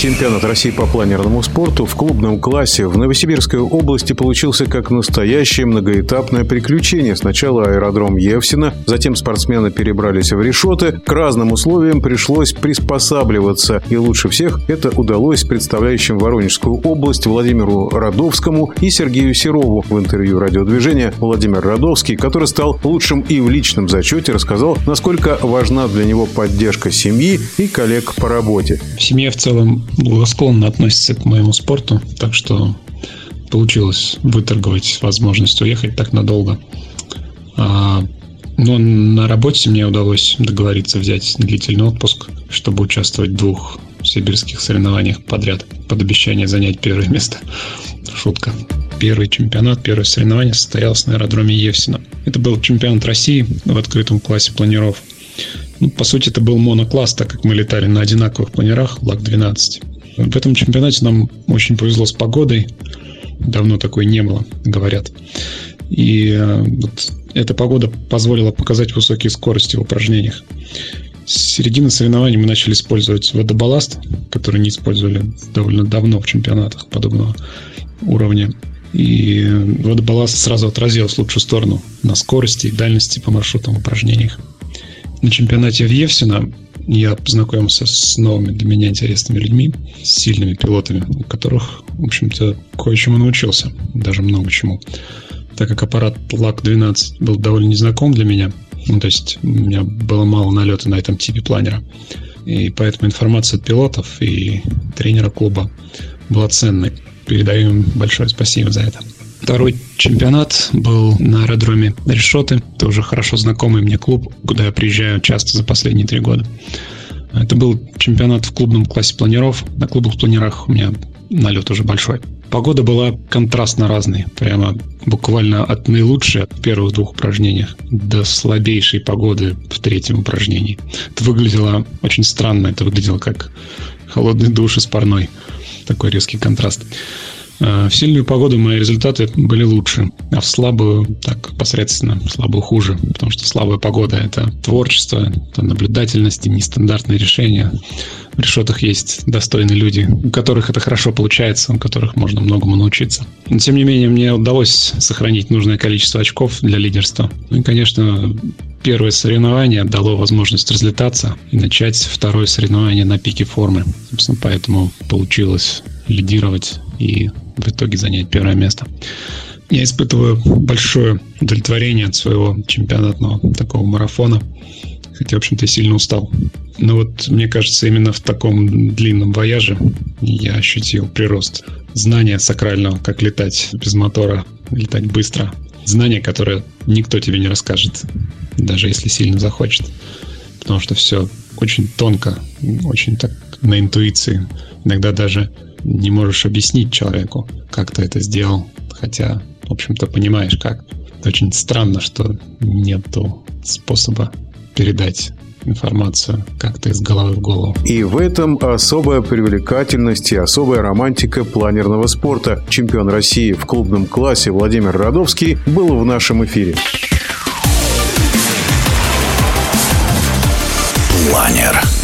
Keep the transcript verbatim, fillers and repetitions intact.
Чемпионат России по планерному спорту в клубном классе в Новосибирской области получился как настоящее многоэтапное приключение. Сначала аэродром Евсина, затем спортсмены перебрались в Решоты. К разным условиям пришлось приспосабливаться. И лучше всех это удалось представляющим Воронежскую область Владимиру Радовскому и Сергею Серову. В интервью «Радиодвижения» Владимир Радовский, который стал лучшим и в личном зачете, рассказал, насколько важна для него поддержка семьи и коллег по работе. Семья в целом благосклонно относится к моему спорту, так что получилось выторговать возможность уехать так надолго. А, но на работе мне удалось договориться взять длительный отпуск, чтобы участвовать в двух сибирских соревнованиях подряд под обещание занять первое место. Шутка. Первый чемпионат, первое соревнование состоялось на аэродроме Евсина. Это был чемпионат России в открытом классе планеров. Ну, по сути, это был монокласс, так как мы летали на одинаковых планерах лак двенадцать. В этом чемпионате нам очень повезло с погодой. Давно такой не было, говорят. И вот эта погода позволила показать высокие скорости в упражнениях. С середины соревнований мы начали использовать водобалласт, который не использовали довольно давно в чемпионатах подобного уровня. И водобалласт сразу отразилось в лучшую сторону на скорости и дальности по маршрутам в упражнениях. На чемпионате в Евсино я познакомился с новыми для меня интересными людьми, с сильными пилотами, у которых, в общем-то, кое-чему научился, даже много чему. Так как аппарат лак двенадцать был довольно незнаком для меня, ну, то есть у меня было мало налета на этом типе планера, и поэтому информация от пилотов и тренера клуба была ценной. Передаю им большое спасибо за это. Второй чемпионат был на аэродроме Решоты. Это уже хорошо знакомый мне клуб, куда я приезжаю часто за последние три года. Это был чемпионат в клубном классе планеров. На клубных планерах у меня налет уже большой. Погода была контрастно разной. Прямо буквально от наилучшей, от первых двух упражнениях, до слабейшей погоды в третьем упражнении. Это выглядело очень странно. Это выглядело как холодный душ из парной. Такой резкий контраст. В сильную погоду мои результаты были лучше, а в слабую так посредственно, в слабую хуже, потому что слабая погода – это творчество, это наблюдательность и нестандартные решения. В Решотах есть достойные люди, у которых это хорошо получается, у которых можно многому научиться. Но, тем не менее, мне удалось сохранить нужное количество очков для лидерства. Ну и, конечно, первое соревнование дало возможность разлетаться и начать второе соревнование на пике формы. Собственно, поэтому получилось лидировать и в итоге занять первое место. Я испытываю большое удовлетворение от своего чемпионатного такого марафона, хотя, в общем-то, сильно устал. Но вот, мне кажется, именно в таком длинном вояже я ощутил прирост знания сакрального, как летать без мотора, летать быстро. Знание, которое никто тебе не расскажет, даже если сильно захочет. Потому что все очень тонко, очень так на интуиции. Иногда даже не можешь объяснить человеку, как ты это сделал, хотя, в общем-то, понимаешь, как. Это очень странно, что нету способа передать информацию как-то из головы в голову. И в этом особая привлекательность и особая романтика планерного спорта. Чемпион России в клубном классе Владимир Радовский был в нашем эфире. Планер.